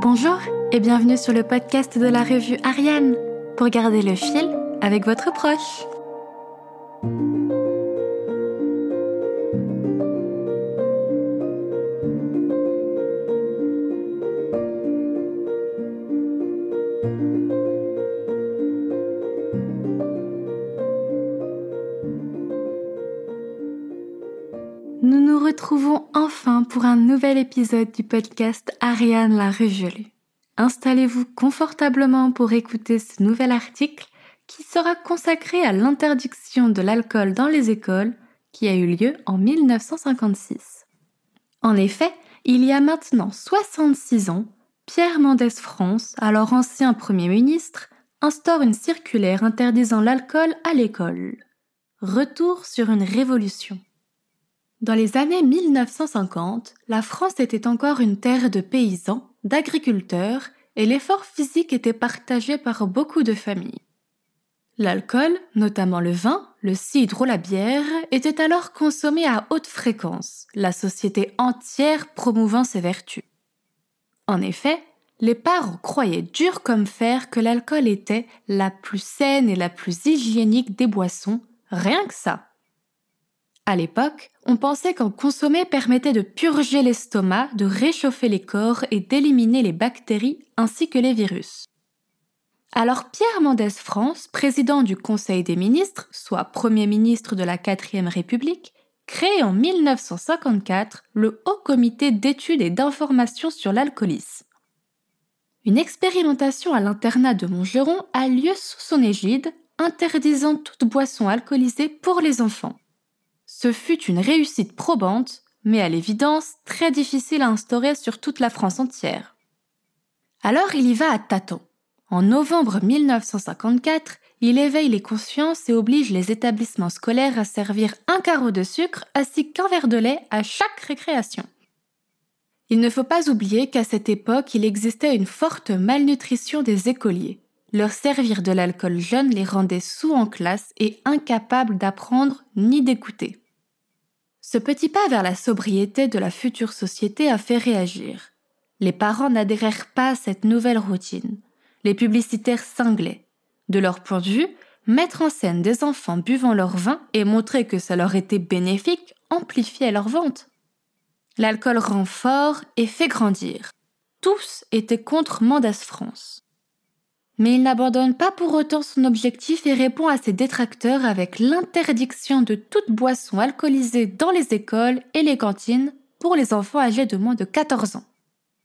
Bonjour et bienvenue sur le podcast de la revue Ariane pour garder le fil avec votre proche. Nous nous retrouvons enfin pour un nouvel épisode du podcast Ariane la revue lue. Installez-vous confortablement pour écouter ce nouvel article qui sera consacré à l'interdiction de l'alcool dans les écoles qui a eu lieu en 1956. En effet, il y a maintenant 66 ans, Pierre Mendès France, alors ancien Premier ministre, instaure une circulaire interdisant l'alcool à l'école. Retour sur une révolution. Dans les années 1950, la France était encore une terre de paysans, d'agriculteurs, et l'effort physique était partagé par beaucoup de familles. L'alcool, notamment le vin, le cidre ou la bière, était alors consommé à haute fréquence, la société entière promouvant ses vertus. En effet, les parents croyaient dur comme fer que l'alcool était la plus saine et la plus hygiénique des boissons, rien que ça. À l'époque, on pensait qu'en consommer permettait de purger l'estomac, de réchauffer les corps et d'éliminer les bactéries ainsi que les virus. Alors Pierre Mendès France, président du Conseil des ministres, soit Premier ministre de la 4e République, crée en 1954 le Haut Comité d'études et d'information sur l'alcoolisme. Une expérimentation à l'internat de Montgeron a lieu sous son égide, interdisant toute boisson alcoolisée pour les enfants. Ce fut une réussite probante, mais à l'évidence très difficile à instaurer sur toute la France entière. Alors il y va à tâtons. En novembre 1954, il éveille les consciences et oblige les établissements scolaires à servir un carreau de sucre ainsi qu'un verre de lait à chaque récréation. Il ne faut pas oublier qu'à cette époque, il existait une forte malnutrition des écoliers. Leur servir de l'alcool jeune les rendait soûls en classe et incapables d'apprendre ni d'écouter. Ce petit pas vers la sobriété de la future société a fait réagir. Les parents n'adhérèrent pas à cette nouvelle routine. Les publicitaires cinglaient. De leur point de vue, mettre en scène des enfants buvant leur vin et montrer que ça leur était bénéfique amplifiait leur vente. L'alcool rend fort et fait grandir. Tous étaient contre Mendès France. Mais il n'abandonne pas pour autant son objectif et répond à ses détracteurs avec l'interdiction de toute boisson alcoolisée dans les écoles et les cantines pour les enfants âgés de moins de 14 ans.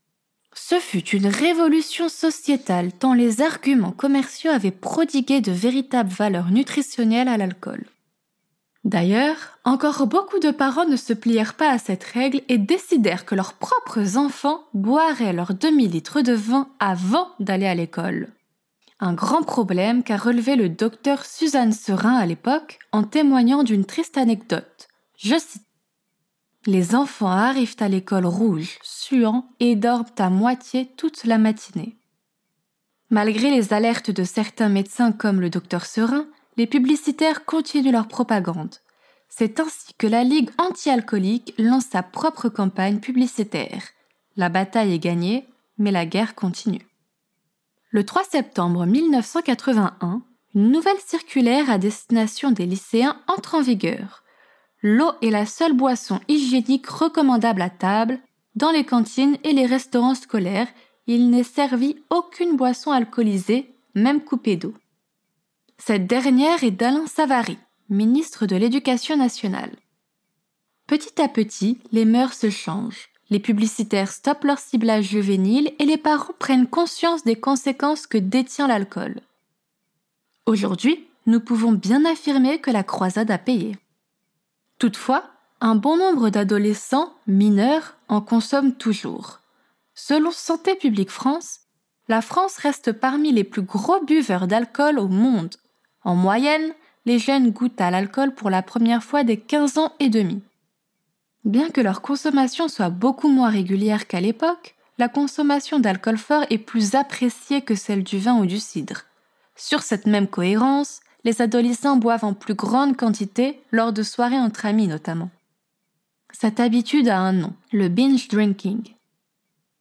Ce fut une révolution sociétale tant les arguments commerciaux avaient prodigué de véritables valeurs nutritionnelles à l'alcool. D'ailleurs, encore beaucoup de parents ne se plièrent pas à cette règle et décidèrent que leurs propres enfants boiraient leur demi-litre de vin avant d'aller à l'école. Un grand problème qu'a relevé le docteur Suzanne Serin à l'époque en témoignant d'une triste anecdote. Je cite. « Les enfants arrivent à l'école rouges, suants et dorment à moitié toute la matinée. » Malgré les alertes de certains médecins comme le docteur Serin, les publicitaires continuent leur propagande. C'est ainsi que la Ligue anti-alcoolique lance sa propre campagne publicitaire. La bataille est gagnée, mais la guerre continue. Le 3 septembre 1981, une nouvelle circulaire à destination des lycéens entre en vigueur. L'eau est la seule boisson hygiénique recommandable à table. Dans les cantines et les restaurants scolaires, il n'est servi aucune boisson alcoolisée, même coupée d'eau. Cette dernière est d'Alain Savary, ministre de l'Éducation nationale. Petit à petit, les mœurs se changent. Les publicitaires stoppent leur ciblage juvénile et les parents prennent conscience des conséquences que détient l'alcool. Aujourd'hui, nous pouvons bien affirmer que la croisade a payé. Toutefois, un bon nombre d'adolescents mineurs en consomment toujours. Selon Santé publique France, la France reste parmi les plus gros buveurs d'alcool au monde. En moyenne, les jeunes goûtent à l'alcool pour la première fois dès 15 ans et demi. Bien que leur consommation soit beaucoup moins régulière qu'à l'époque, la consommation d'alcool fort est plus appréciée que celle du vin ou du cidre. Sur cette même cohérence, les adolescents boivent en plus grande quantité lors de soirées entre amis notamment. Cette habitude a un nom, le binge drinking.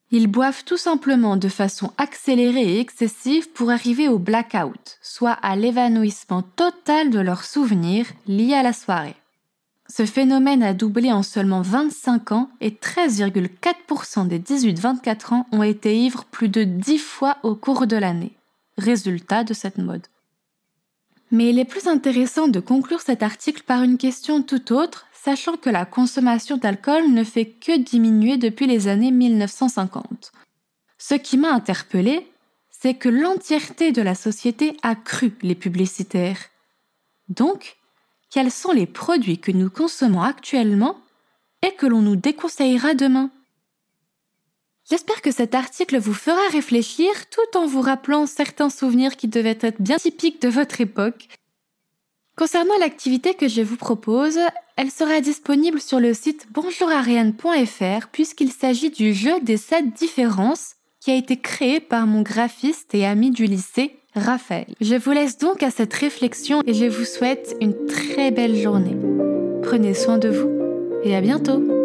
Ils boivent tout simplement de façon accélérée et excessive pour arriver au blackout, soit à l'évanouissement total de leurs souvenirs liés à la soirée. Ce phénomène a doublé en seulement 25 ans et 13,4% des 18-24 ans ont été ivres plus de 10 fois au cours de l'année. Résultat de cette mode. Mais il est plus intéressant de conclure cet article par une question tout autre, sachant que la consommation d'alcool ne fait que diminuer depuis les années 1950. Ce qui m'a interpellée, c'est que l'entièreté de la société a cru les publicitaires. Donc, quels sont les produits que nous consommons actuellement et que l'on nous déconseillera demain? J'espère que cet article vous fera réfléchir tout en vous rappelant certains souvenirs qui devaient être bien typiques de votre époque. Concernant l'activité que je vous propose, elle sera disponible sur le site bonjourariane.fr puisqu'il s'agit du jeu des 7 différences qui a été créé par mon graphiste et ami du lycée, Raphaël. Je vous laisse donc à cette réflexion et je vous souhaite une très belle journée. Prenez soin de vous et à bientôt!